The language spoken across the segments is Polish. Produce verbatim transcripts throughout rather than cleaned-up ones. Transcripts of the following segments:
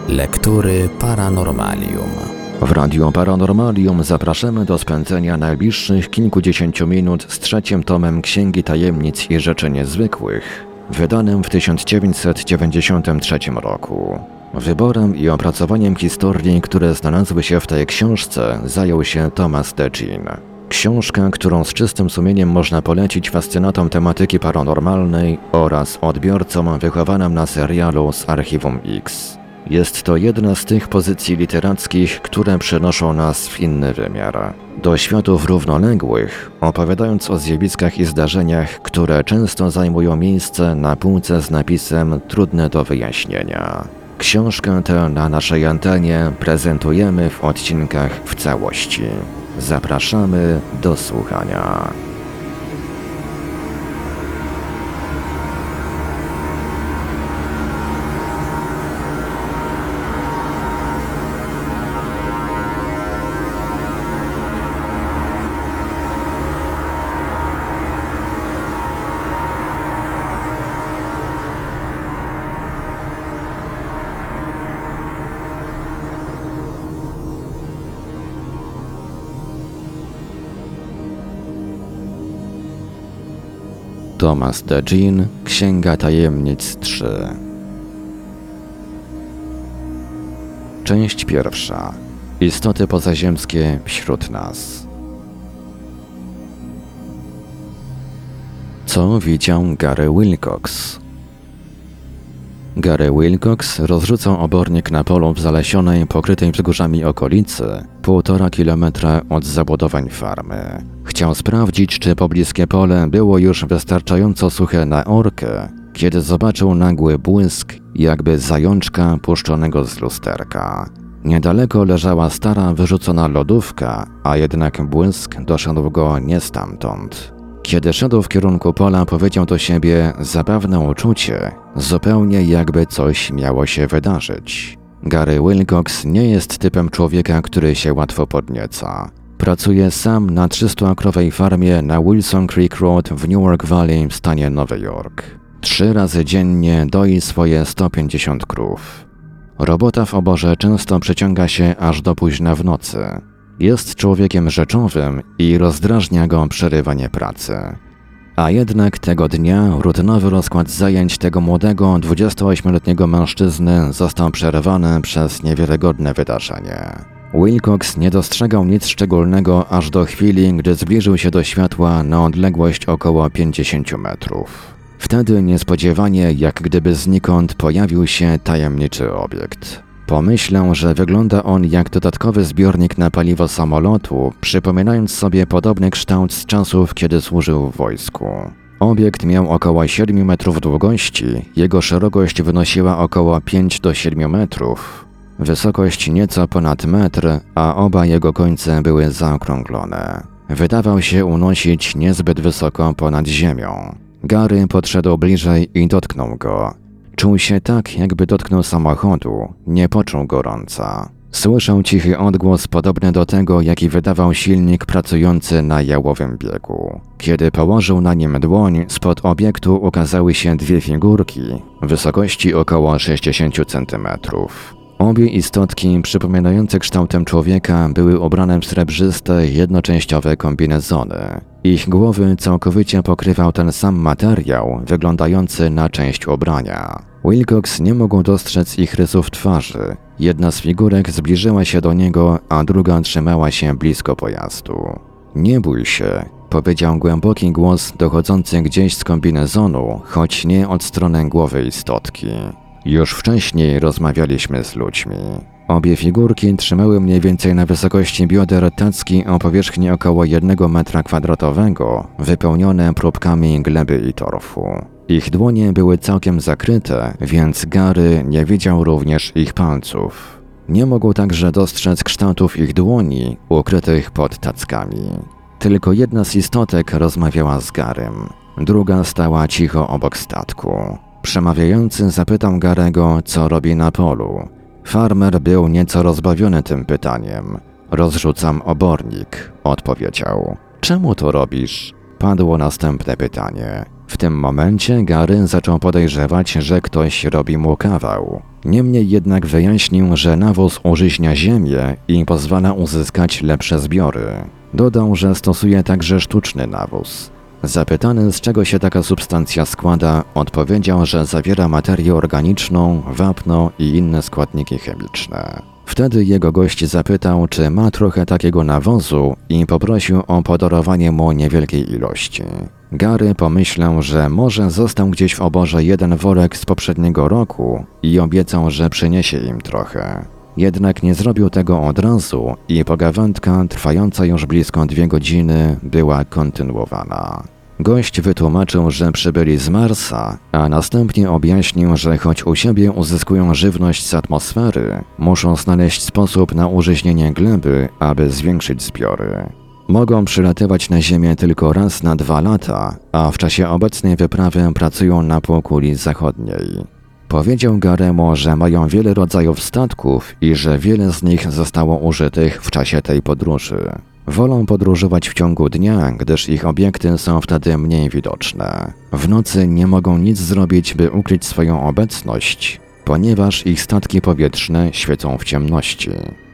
Lektury Paranormalium. W Radiu Paranormalium zapraszamy do spędzenia najbliższych kilkudziesięciu minut z trzecim tomem Księgi Tajemnic i Rzeczy Niezwykłych, wydanym w tysiąc dziewięćset dziewięćdziesiątym trzecim roku. Wyborem i opracowaniem historii, które znalazły się w tej książce, zajął się Thomas DeGene. Książka, którą z czystym sumieniem można polecić fascynatom tematyki paranormalnej oraz odbiorcom wychowanym na serialu z Archiwum X. Jest to jedna z tych pozycji literackich, które przenoszą nas w inny wymiar, do światów równoległych, opowiadając o zjawiskach i zdarzeniach, które często zajmują miejsce na półce z napisem trudne do wyjaśnienia. Książkę tę na naszej antenie prezentujemy w odcinkach w całości. Zapraszamy do słuchania. Thomas DeGene, Księga Tajemnic trzy. Część pierwsza. Istoty pozaziemskie wśród nas. Co widział Gary Wilcox? Gary Wilcox rozrzucał obornik na polu w zalesionej, pokrytej wzgórzami okolicy, półtora kilometra od zabudowań farmy. Chciał sprawdzić, czy pobliskie pole było już wystarczająco suche na orkę, kiedy zobaczył nagły błysk, jakby zajączka puszczonego z lusterka. Niedaleko leżała stara, wyrzucona lodówka, a jednak błysk doszedł go nie stamtąd. Kiedy szedł w kierunku pola, powiedział do siebie zabawne uczucie, zupełnie jakby coś miało się wydarzyć. Gary Wilcox nie jest typem człowieka, który się łatwo podnieca. Pracuje sam na trzystuakrowej farmie na Wilson Creek Road w Newark Valley w stanie Nowy Jork. Trzy razy dziennie doi swoje sto pięćdziesiąt krów. Robota w oborze często przeciąga się aż do późna w nocy. Jest człowiekiem rzeczowym i rozdrażnia go przerywanie pracy. A jednak tego dnia rutynowy rozkład zajęć tego młodego, dwudziestoośmioletniego mężczyzny został przerwany przez niewiarygodne wydarzenie. Wilcox nie dostrzegał nic szczególnego aż do chwili, gdy zbliżył się do światła na odległość około pięćdziesięciu metrów. Wtedy niespodziewanie, jak gdyby znikąd, pojawił się tajemniczy obiekt. Pomyślał, że wygląda on jak dodatkowy zbiornik na paliwo samolotu, przypominając sobie podobny kształt z czasów, kiedy służył w wojsku. Obiekt miał około siedmiu metrów długości, jego szerokość wynosiła około pięć do siedmiu metrów. Wysokość nieco ponad metr, a oba jego końce były zaokrąglone. Wydawał się unosić niezbyt wysoko ponad ziemią. Gary podszedł bliżej i dotknął go. Czuł się tak, jakby dotknął samochodu, nie poczuł gorąca. Słyszał cichy odgłos podobny do tego, jaki wydawał silnik pracujący na jałowym biegu. Kiedy położył na nim dłoń, spod obiektu ukazały się dwie figurki, wysokości około sześćdziesięciu centymetrów. Obie istotki, przypominające kształtem człowieka, były ubrane w srebrzyste, jednoczęściowe kombinezony. Ich głowy całkowicie pokrywał ten sam materiał, wyglądający na część ubrania. Wilcox nie mógł dostrzec ich rysów twarzy. Jedna z figurek zbliżyła się do niego, a druga trzymała się blisko pojazdu. Nie bój się, powiedział głęboki głos dochodzący gdzieś z kombinezonu, choć nie od strony głowy istotki. Już wcześniej rozmawialiśmy z ludźmi. Obie figurki trzymały mniej więcej na wysokości bioder tacki o powierzchni około jednego metra kwadratowego, wypełnione próbkami gleby i torfu. Ich dłonie były całkiem zakryte, więc Gary nie widział również ich palców. Nie mógł także dostrzec kształtów ich dłoni, ukrytych pod tackami. Tylko jedna z istotek rozmawiała z Garym. Druga stała cicho obok statku. Przemawiający zapytał Garego, co robi na polu. Farmer był nieco rozbawiony tym pytaniem. Rozrzucam obornik, odpowiedział. Czemu to robisz? Padło następne pytanie. W tym momencie Gary zaczął podejrzewać, że ktoś robi mu kawał. Niemniej jednak wyjaśnił, że nawóz użyźnia ziemię i pozwala uzyskać lepsze zbiory. Dodał, że stosuje także sztuczny nawóz. Zapytany, z czego się taka substancja składa, odpowiedział, że zawiera materię organiczną, wapno i inne składniki chemiczne. Wtedy jego gość zapytał, czy ma trochę takiego nawozu i poprosił o podarowanie mu niewielkiej ilości. Gary pomyślał, że może został gdzieś w oborze jeden worek z poprzedniego roku i obiecał, że przyniesie im trochę. Jednak nie zrobił tego od razu i pogawędka, trwająca już blisko dwie godziny, była kontynuowana. Gość wytłumaczył, że przybyli z Marsa, a następnie objaśnił, że choć u siebie uzyskują żywność z atmosfery, muszą znaleźć sposób na użyźnienie gleby, aby zwiększyć zbiory. Mogą przylatywać na Ziemię tylko raz na dwa lata, a w czasie obecnej wyprawy pracują na półkuli zachodniej. Powiedział Garemu, że mają wiele rodzajów statków i że wiele z nich zostało użytych w czasie tej podróży. Wolą podróżować w ciągu dnia, gdyż ich obiekty są wtedy mniej widoczne. W nocy nie mogą nic zrobić, by ukryć swoją obecność, ponieważ ich statki powietrzne świecą w ciemności.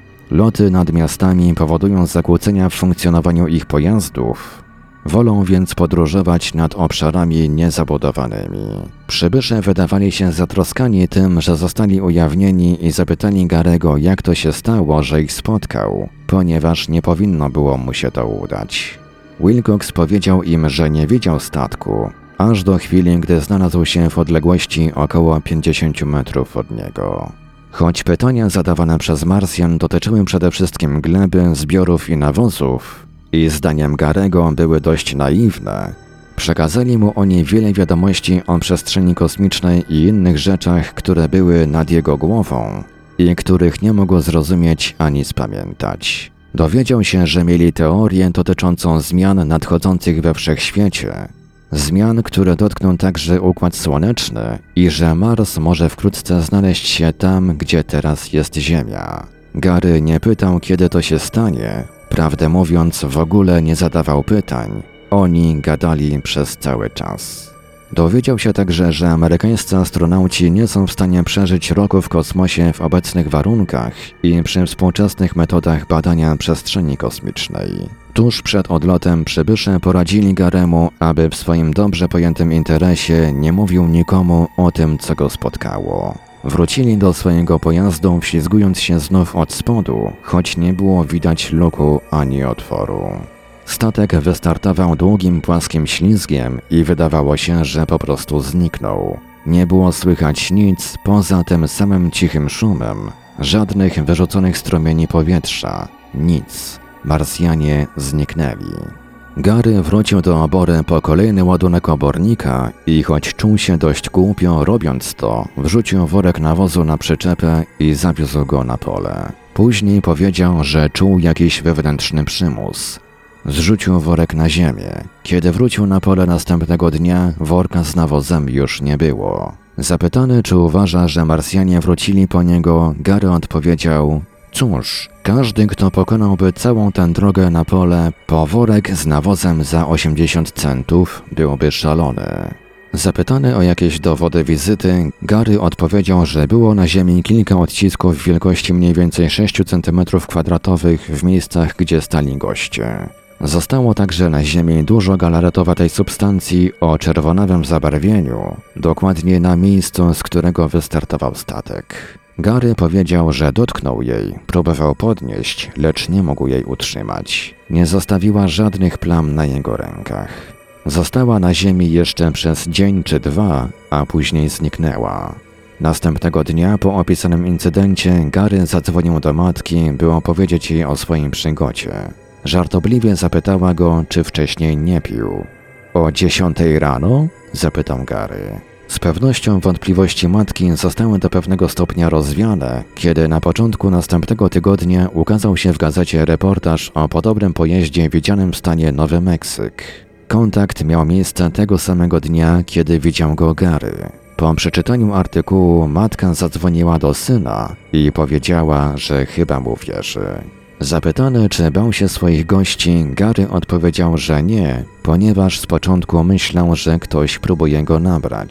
Loty nad miastami powodują zakłócenia w funkcjonowaniu ich pojazdów. Wolą więc podróżować nad obszarami niezabudowanymi. Przybysze wydawali się zatroskani tym, że zostali ujawnieni i zapytali Garego, jak to się stało, że ich spotkał, ponieważ nie powinno było mu się to udać. Wilcox powiedział im, że nie widział statku, aż do chwili, gdy znalazł się w odległości około pięćdziesięciu metrów od niego. Choć pytania zadawane przez Marsjan dotyczyły przede wszystkim gleby, zbiorów i nawozów, i zdaniem Garego były dość naiwne, przekazali mu oni wiele wiadomości o przestrzeni kosmicznej i innych rzeczach, które były nad jego głową i których nie mógł zrozumieć ani spamiętać. Dowiedział się, że mieli teorię dotyczącą zmian nadchodzących we wszechświecie, zmian, które dotkną także Układ Słoneczny i że Mars może wkrótce znaleźć się tam, gdzie teraz jest Ziemia. Gary nie pytał, kiedy to się stanie. Prawdę mówiąc, w ogóle nie zadawał pytań. Oni gadali przez cały czas. Dowiedział się także, że amerykańscy astronauci nie są w stanie przeżyć roku w kosmosie w obecnych warunkach i przy współczesnych metodach badania przestrzeni kosmicznej. Tuż przed odlotem przybysze poradzili Garemu, aby w swoim dobrze pojętym interesie nie mówił nikomu o tym, co go spotkało. Wrócili do swojego pojazdu, wślizgując się znów od spodu, choć nie było widać luku ani otworu. Statek wystartował długim, płaskim ślizgiem i wydawało się, że po prostu zniknął. Nie było słychać nic poza tym samym cichym szumem, żadnych wyrzuconych strumieni powietrza, nic. Marsjanie zniknęli. Gary wrócił do obory po kolejny ładunek obornika i choć czuł się dość głupio robiąc to, wrzucił worek nawozu na przyczepę i zawiózł go na pole. Później powiedział, że czuł jakiś wewnętrzny przymus. Zrzucił worek na ziemię. Kiedy wrócił na pole następnego dnia, worka z nawozem już nie było. Zapytany, czy uważa, że Marsjanie wrócili po niego, Gary odpowiedział: cóż, każdy, kto pokonałby całą tę drogę na pole po worek z nawozem za osiemdziesiąt centów, byłby szalony. Zapytany o jakieś dowody wizyty, Gary odpowiedział, że było na ziemi kilka odcisków wielkości mniej więcej sześć centymetrów kwadratowych w miejscach, gdzie stali goście. Zostało także na ziemi dużo galaretowatej substancji o czerwonawym zabarwieniu, dokładnie na miejscu, z którego wystartował statek. Gary powiedział, że dotknął jej, próbował podnieść, lecz nie mógł jej utrzymać. Nie zostawiła żadnych plam na jego rękach. Została na ziemi jeszcze przez dzień czy dwa, a później zniknęła. Następnego dnia po opisanym incydencie Gary zadzwonił do matki, by opowiedzieć jej o swoim przygodzie. Żartobliwie zapytała go, czy wcześniej nie pił. O dziesiątej rano? Zapytał Gary. Z pewnością wątpliwości matki zostały do pewnego stopnia rozwiane, kiedy na początku następnego tygodnia ukazał się w gazecie reportaż o podobnym pojeździe widzianym w stanie Nowy Meksyk. Kontakt miał miejsce tego samego dnia, kiedy widział go Gary. Po przeczytaniu artykułu matka zadzwoniła do syna i powiedziała, że chyba mu wierzy. Zapytany, czy bał się swoich gości, Gary odpowiedział, że nie, ponieważ z początku myślał, że ktoś próbuje go nabrać.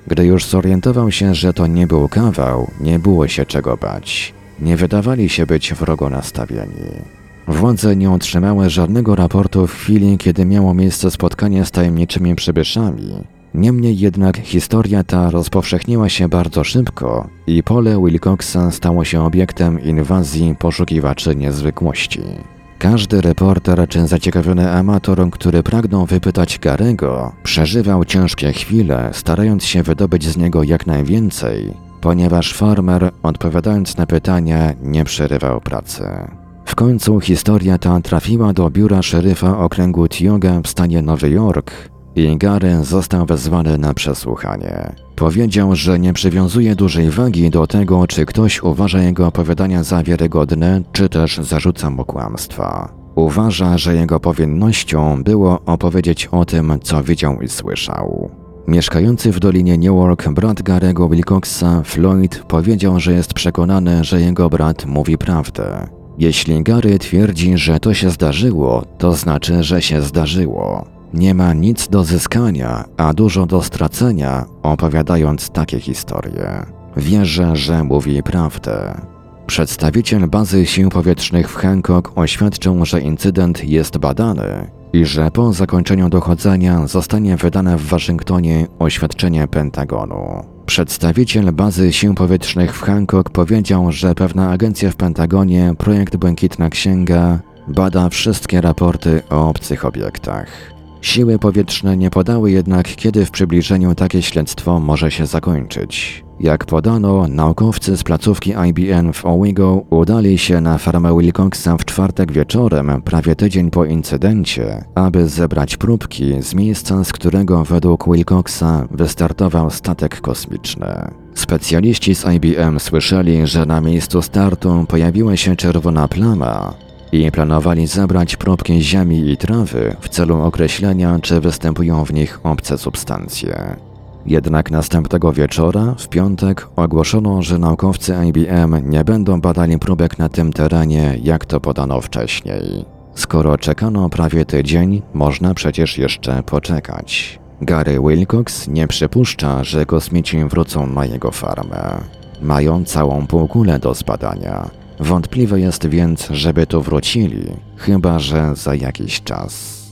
Gdy już zorientował się, że to nie był kawał, nie było się czego bać. Nie wydawali się być wrogo nastawieni. Władze nie otrzymały żadnego raportu w chwili, kiedy miało miejsce spotkanie z tajemniczymi przybyszami. Niemniej jednak historia ta rozpowszechniła się bardzo szybko i pole Wilcoxa stało się obiektem inwazji poszukiwaczy niezwykłości. Każdy reporter czy zaciekawiony amator, który pragnął wypytać Gary'ego, przeżywał ciężkie chwile, starając się wydobyć z niego jak najwięcej, ponieważ farmer, odpowiadając na pytania, nie przerywał pracy. W końcu historia ta trafiła do biura szeryfa okręgu Tioga w stanie Nowy Jork i Gary został wezwany na przesłuchanie. Powiedział, że nie przywiązuje dużej wagi do tego, czy ktoś uważa jego opowiadania za wiarygodne, czy też zarzuca mu kłamstwa. Uważa, że jego powinnością było opowiedzieć o tym, co widział i słyszał. Mieszkający w Dolinie Newark brat Gary'ego Wilcoxa, Floyd, powiedział, że jest przekonany, że jego brat mówi prawdę. Jeśli Gary twierdzi, że to się zdarzyło, to znaczy, że się zdarzyło. Nie ma nic do zyskania, a dużo do stracenia, opowiadając takie historie. Wierzę, że mówi prawdę. Przedstawiciel bazy sił powietrznych w Hancock oświadczył, że incydent jest badany i że po zakończeniu dochodzenia zostanie wydane w Waszyngtonie oświadczenie Pentagonu. Przedstawiciel bazy sił powietrznych w Hancock powiedział, że pewna agencja w Pentagonie, projekt Błękitna Księga, bada wszystkie raporty o obcych obiektach. Siły powietrzne nie podały jednak, kiedy w przybliżeniu takie śledztwo może się zakończyć. Jak podano, naukowcy z placówki I B M w Owego udali się na farmę Wilcoxa w czwartek wieczorem, prawie tydzień po incydencie, aby zebrać próbki z miejsca, z którego według Wilcoxa wystartował statek kosmiczny. Specjaliści z I B M słyszeli, że na miejscu startu pojawiła się czerwona plama i planowali zebrać próbki ziemi i trawy w celu określenia, czy występują w nich obce substancje. Jednak następnego wieczora, w piątek, ogłoszono, że naukowcy I B M nie będą badali próbek na tym terenie, jak to podano wcześniej. Skoro czekano prawie tydzień, można przecież jeszcze poczekać. Gary Wilcox nie przypuszcza, że kosmici wrócą na jego farmę. Mają całą półkulę do zbadania. Wątpliwe jest więc, żeby tu wrócili, chyba że za jakiś czas.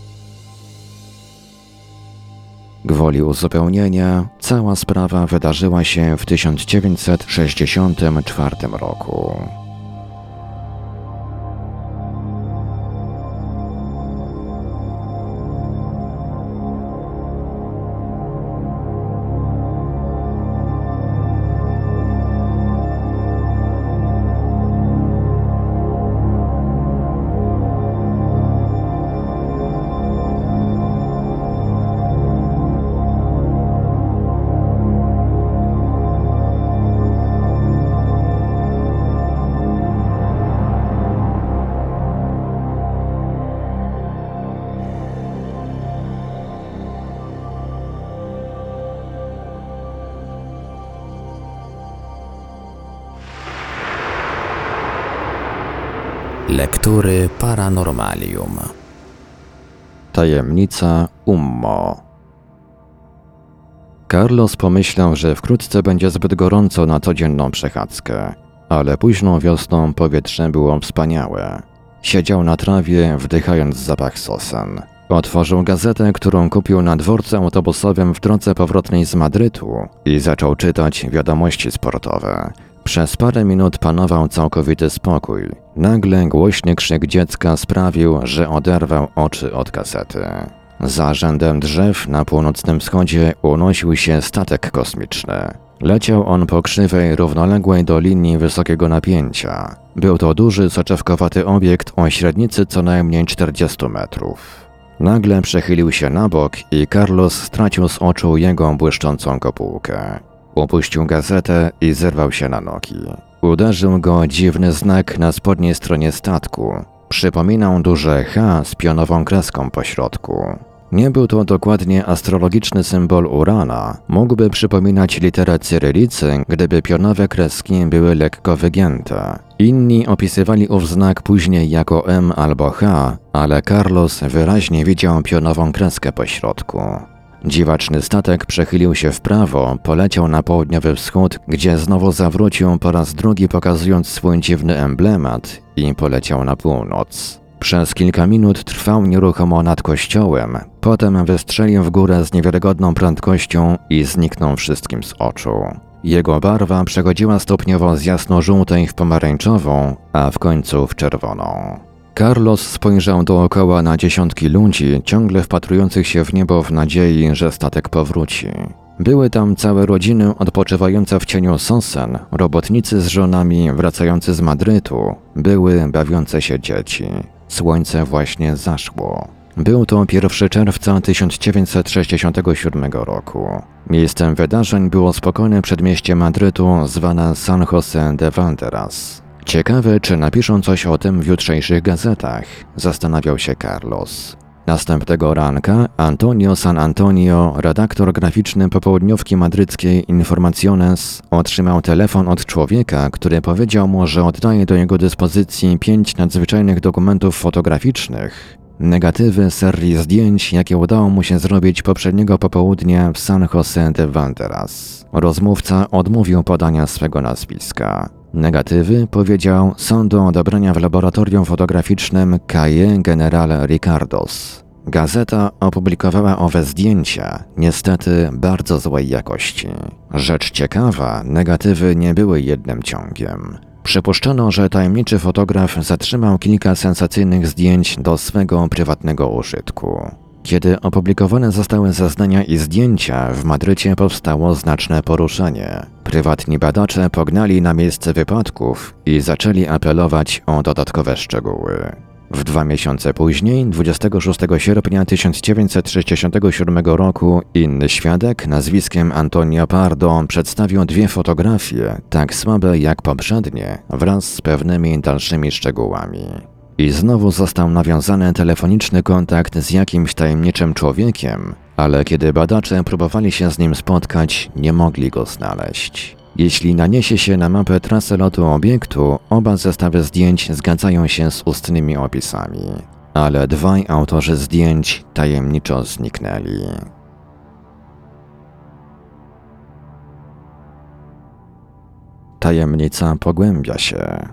Gwoli uzupełnienia, cała sprawa wydarzyła się w tysiąc dziewięćset sześćdziesiątym czwartym roku. Lektury Paranormalium. Tajemnica Ummo. Carlos pomyślał, że wkrótce będzie zbyt gorąco na codzienną przechadzkę, ale późną wiosną powietrze było wspaniałe. Siedział na trawie, wdychając zapach sosen. Otworzył gazetę, którą kupił na dworcu autobusowym w drodze powrotnej z Madrytu i zaczął czytać wiadomości sportowe. Przez parę minut panował całkowity spokój. Nagle głośny krzyk dziecka sprawił, że oderwał oczy od gazety. Za rzędem drzew na północnym wschodzie unosił się statek kosmiczny. Leciał on po krzywej, równoległej do linii wysokiego napięcia. Był to duży, soczewkowaty obiekt o średnicy co najmniej czterdziestu metrów. Nagle przechylił się na bok i Carlos stracił z oczu jego błyszczącą kopułkę. Upuścił gazetę i zerwał się na nogi. Uderzył go dziwny znak na spodniej stronie statku. Przypominał duże H z pionową kreską po środku. Nie był to dokładnie astrologiczny symbol Urana. Mógłby przypominać literę cyrylicy, gdyby pionowe kreski były lekko wygięte. Inni opisywali ów znak później jako M albo H, ale Carlos wyraźnie widział pionową kreskę po środku. Dziwaczny statek przechylił się w prawo, poleciał na południowy wschód, gdzie znowu zawrócił po raz drugi, pokazując swój dziwny emblemat, i poleciał na północ. Przez kilka minut trwał nieruchomo nad kościołem, potem wystrzelił w górę z niewiarygodną prędkością i zniknął wszystkim z oczu. Jego barwa przechodziła stopniowo z jasno-żółtej w pomarańczową, a w końcu w czerwoną. Carlos spojrzał dookoła na dziesiątki ludzi, ciągle wpatrujących się w niebo w nadziei, że statek powróci. Były tam całe rodziny odpoczywające w cieniu sosen, robotnicy z żonami wracający z Madrytu, były bawiące się dzieci. Słońce właśnie zaszło. Był to pierwszego czerwca tysiąc dziewięćset sześćdziesiątego siódmego roku. Miejscem wydarzeń było spokojne przedmieście Madrytu zwane San José de Valderas. Ciekawe, czy napiszą coś o tym w jutrzejszych gazetach, zastanawiał się Carlos. Następnego ranka Antonio San Antonio, redaktor graficzny popołudniówki madryckiej Informaciones, otrzymał telefon od człowieka, który powiedział mu, że oddaje do jego dyspozycji pięć nadzwyczajnych dokumentów fotograficznych, negatywy serii zdjęć, jakie udało mu się zrobić poprzedniego popołudnia w San José de Valderas. Rozmówca odmówił podania swego nazwiska. Negatywy, powiedział, są do odebrania w laboratorium fotograficznym Calle General Ricardos. Gazeta opublikowała owe zdjęcia, niestety bardzo złej jakości. Rzecz ciekawa, negatywy nie były jednym ciągiem. Przypuszczano, że tajemniczy fotograf zatrzymał kilka sensacyjnych zdjęć do swego prywatnego użytku. Kiedy opublikowane zostały zeznania i zdjęcia, w Madrycie powstało znaczne poruszenie. Prywatni badacze pognali na miejsce wypadków i zaczęli apelować o dodatkowe szczegóły. W dwa miesiące później, dwudziestego szóstego sierpnia tysiąc dziewięćset sześćdziesiątego siódmego roku, inny świadek nazwiskiem Antonio Pardo przedstawił dwie fotografie, tak słabe jak poprzednie, wraz z pewnymi dalszymi szczegółami. I znowu został nawiązany telefoniczny kontakt z jakimś tajemniczym człowiekiem, ale kiedy badacze próbowali się z nim spotkać, nie mogli go znaleźć. Jeśli naniesie się na mapę trasę lotu obiektu, oba zestawy zdjęć zgadzają się z ustnymi opisami, ale dwaj autorzy zdjęć tajemniczo zniknęli. Tajemnica pogłębia się.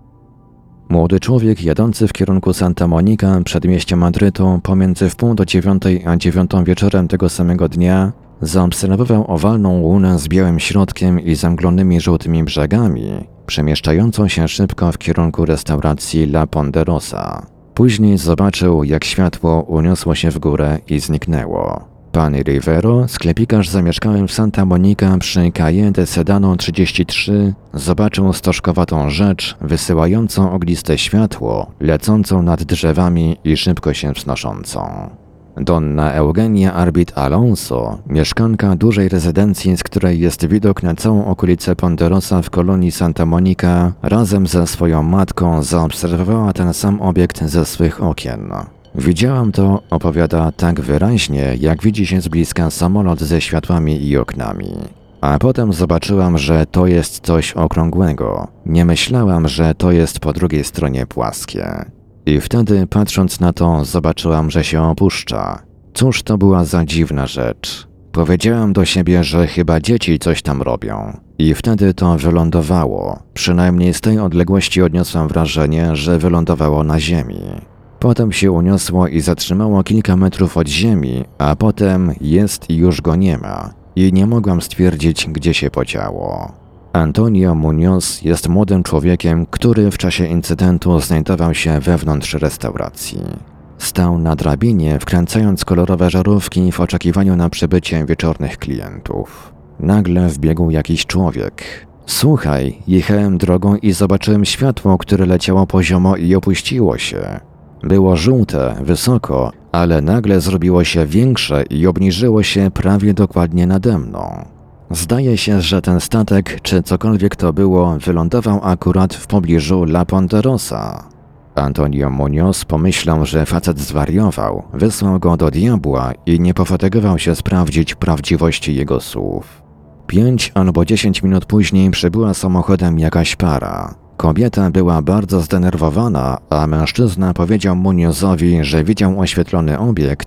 Młody człowiek jadący w kierunku Santa Monica, przedmieście Madrytu, pomiędzy wpół do dziewiątej a dziewiątą wieczorem tego samego dnia, zaobserwował owalną łunę z białym środkiem i zamglonymi żółtymi brzegami, przemieszczającą się szybko w kierunku restauracji La Ponderosa. Później zobaczył, jak światło uniosło się w górę i zniknęło. Pan Rivero, sklepikarz zamieszkałym w Santa Monica przy Calle de Sedano trzydzieści trzy, zobaczył stożkowatą rzecz wysyłającą ogniste światło, lecącą nad drzewami i szybko się wznoszącą. Donna Eugenia Arbit Alonso, mieszkanka dużej rezydencji, z której jest widok na całą okolicę Ponderosa w kolonii Santa Monica, razem ze swoją matką zaobserwowała ten sam obiekt ze swych okien. Widziałam to, opowiada, tak wyraźnie, jak widzi się z bliska samolot ze światłami i oknami. A potem zobaczyłam, że to jest coś okrągłego. Nie myślałam, że to jest po drugiej stronie płaskie. I wtedy, patrząc na to, zobaczyłam, że się opuszcza. Cóż to była za dziwna rzecz. Powiedziałam do siebie, że chyba dzieci coś tam robią. I wtedy to wylądowało. Przynajmniej z tej odległości odniosłam wrażenie, że wylądowało na ziemi. Potem się uniosło i zatrzymało kilka metrów od ziemi, a potem jest i już go nie ma. I nie mogłam stwierdzić, gdzie się podziało. Antonio Muñoz jest młodym człowiekiem, który w czasie incydentu znajdował się wewnątrz restauracji. Stał na drabinie, wkręcając kolorowe żarówki w oczekiwaniu na przybycie wieczornych klientów. Nagle wbiegł jakiś człowiek. Słuchaj, jechałem drogą i zobaczyłem światło, które leciało poziomo i opuściło się. Było żółte, wysoko, ale nagle zrobiło się większe i obniżyło się prawie dokładnie nade mną. Zdaje się, że ten statek, czy cokolwiek to było, wylądował akurat w pobliżu La Ponderosa. Antonio Muñoz pomyślał, że facet zwariował, wysłał go do diabła i nie pofatygował się sprawdzić prawdziwości jego słów. Pięć albo dziesięć minut później przybyła samochodem jakaś para. Kobieta była bardzo zdenerwowana, a mężczyzna powiedział Muñozowi, że widział oświetlony obiekt,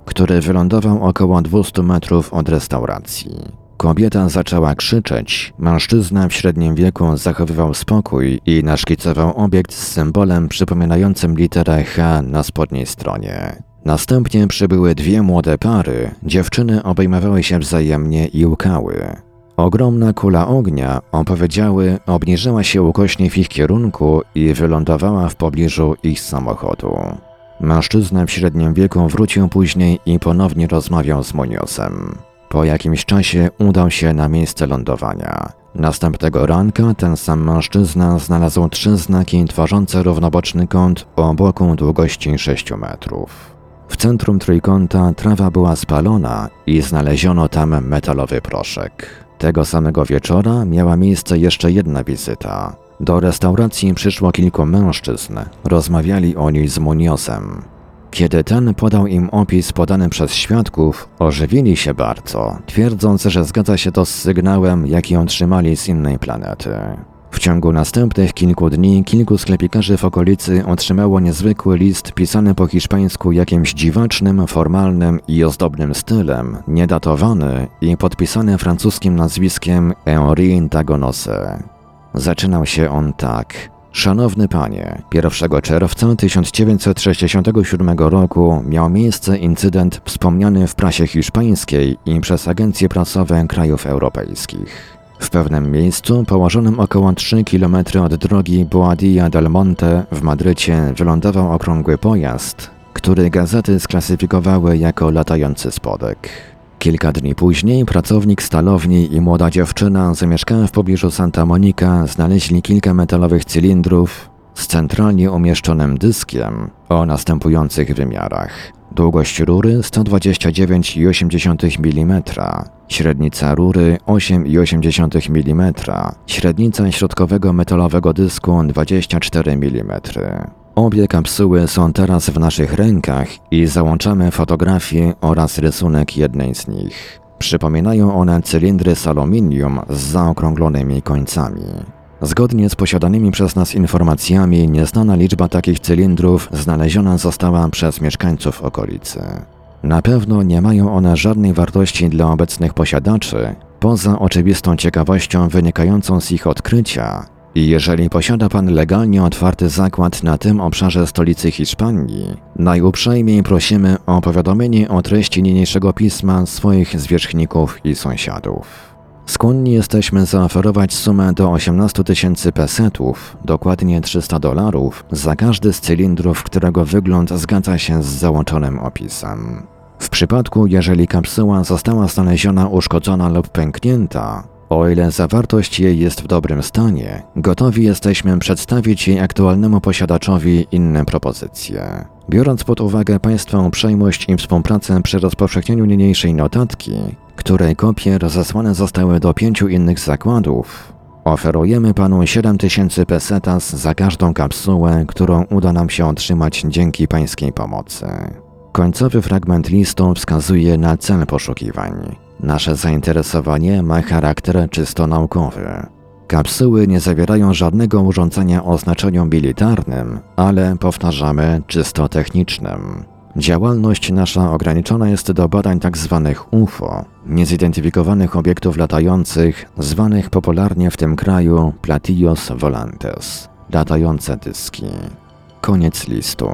który wylądował około dwieście metrów od restauracji. Kobieta zaczęła krzyczeć, mężczyzna w średnim wieku zachowywał spokój i naszkicował obiekt z symbolem przypominającym literę H na spodniej stronie. Następnie przybyły dwie młode pary, dziewczyny obejmowały się wzajemnie i łkały. Ogromna kula ognia, opowiedziały, obniżyła się ukośnie w ich kierunku i wylądowała w pobliżu ich samochodu. Mężczyzna w średnim wieku wrócił później i ponownie rozmawiał z Munozem. Po jakimś czasie udał się na miejsce lądowania. Następnego ranka ten sam mężczyzna znalazł trzy znaki tworzące równoboczny kąt o boku długości sześciu metrów. W centrum trójkąta trawa była spalona i znaleziono tam metalowy proszek. Tego samego wieczora miała miejsce jeszcze jedna wizyta. Do restauracji przyszło kilku mężczyzn. Rozmawiali o niej z Munozem. Kiedy ten podał im opis podany przez świadków, ożywili się bardzo, twierdząc, że zgadza się to z sygnałem, jaki otrzymali z innej planety. W ciągu następnych kilku dni kilku sklepikarzy w okolicy otrzymało niezwykły list pisany po hiszpańsku jakimś dziwacznym, formalnym i ozdobnym stylem, niedatowany i podpisany francuskim nazwiskiem Henri Dagonose. Zaczynał się on tak. Szanowny panie, pierwszego czerwca tysiąc dziewięćset sześćdziesiątego siódmego roku miał miejsce incydent wspomniany w prasie hiszpańskiej i przez agencje prasowe krajów europejskich. W pewnym miejscu, położonym około trzy kilometry od drogi Boadilla del Monte w Madrycie, wylądował okrągły pojazd, który gazety sklasyfikowały jako latający spodek. Kilka dni później pracownik stalowni i młoda dziewczyna zamieszkała w pobliżu Santa Monica znaleźli kilka metalowych cylindrów z centralnie umieszczonym dyskiem o następujących wymiarach. Długość rury sto dwadzieścia dziewięć przecinek osiem milimetra, średnica rury osiem przecinek osiem milimetra, średnica środkowego metalowego dysku dwadzieścia cztery milimetry. Obie kapsuły są teraz w naszych rękach i załączamy fotografię oraz rysunek jednej z nich. Przypominają one cylindry z aluminium z zaokrąglonymi końcami. Zgodnie z posiadanymi przez nas informacjami, nieznana liczba takich cylindrów znaleziona została przez mieszkańców okolicy. Na pewno nie mają one żadnej wartości dla obecnych posiadaczy, poza oczywistą ciekawością wynikającą z ich odkrycia. I jeżeli posiada pan legalnie otwarty zakład na tym obszarze stolicy Hiszpanii, najuprzejmiej prosimy o powiadomienie o treści niniejszego pisma swoich zwierzchników i sąsiadów. Skłonni jesteśmy zaoferować sumę do osiemnastu tysięcy pesetów, dokładnie trzysta dolarów, za każdy z cylindrów, którego wygląd zgadza się z załączonym opisem. W przypadku, jeżeli kapsuła została znaleziona uszkodzona lub pęknięta, o ile zawartość jej jest w dobrym stanie, gotowi jesteśmy przedstawić jej aktualnemu posiadaczowi inne propozycje. Biorąc pod uwagę Państwa uprzejmość i współpracę przy rozpowszechnieniu niniejszej notatki, której kopie rozesłane zostały do pięciu innych zakładów, oferujemy Panu siedem tysięcy pesetas za każdą kapsułę, którą uda nam się otrzymać dzięki Pańskiej pomocy. Końcowy fragment listu wskazuje na cel poszukiwań. Nasze zainteresowanie ma charakter czysto naukowy. Kapsuły nie zawierają żadnego urządzenia o znaczeniu militarnym, ale, powtarzamy, czysto technicznym. Działalność nasza ograniczona jest do badań tzw. U F O, niezidentyfikowanych obiektów latających, zwanych popularnie w tym kraju platillos volantes, latające dyski. Koniec listu.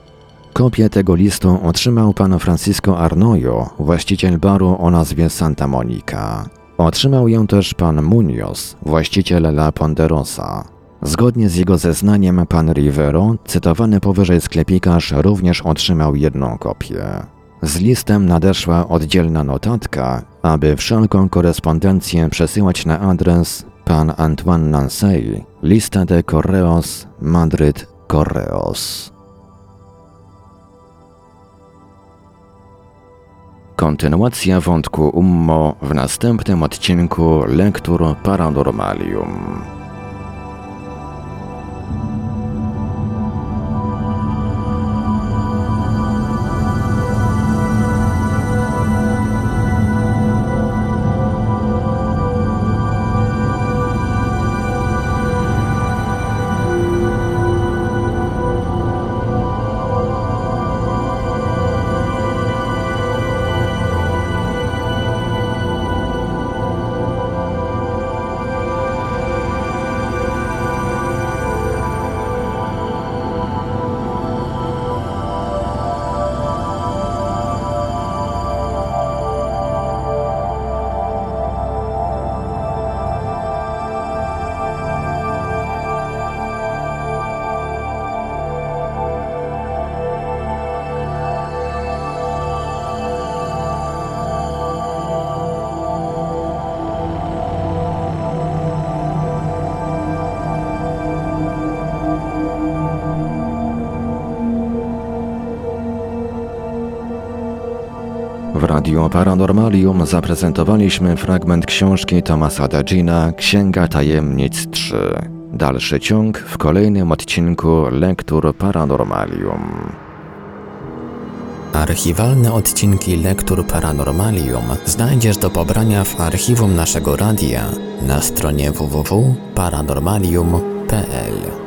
Kopię tego listu otrzymał pan Francisco Arnoyo, właściciel baru o nazwie Santa Monica. Otrzymał ją też pan Munoz, właściciel La Ponderosa. Zgodnie z jego zeznaniem pan Rivero, cytowany powyżej sklepikarz, również otrzymał jedną kopię. Z listem nadeszła oddzielna notatka, aby wszelką korespondencję przesyłać na adres pan Antoine Nansey, Lista de Correos, Madryt, Correos. Kontynuacja wątku Ummo w następnym odcinku Lektur Paranormalium. Radiu Paranormalium zaprezentowaliśmy fragment książki Thomasa Degina Księga Tajemnic trzy. Dalszy ciąg w kolejnym odcinku Lektur Paranormalium. Archiwalne odcinki Lektur Paranormalium znajdziesz do pobrania w archiwum naszego radia na stronie w w w kropka paranormalium kropka p l.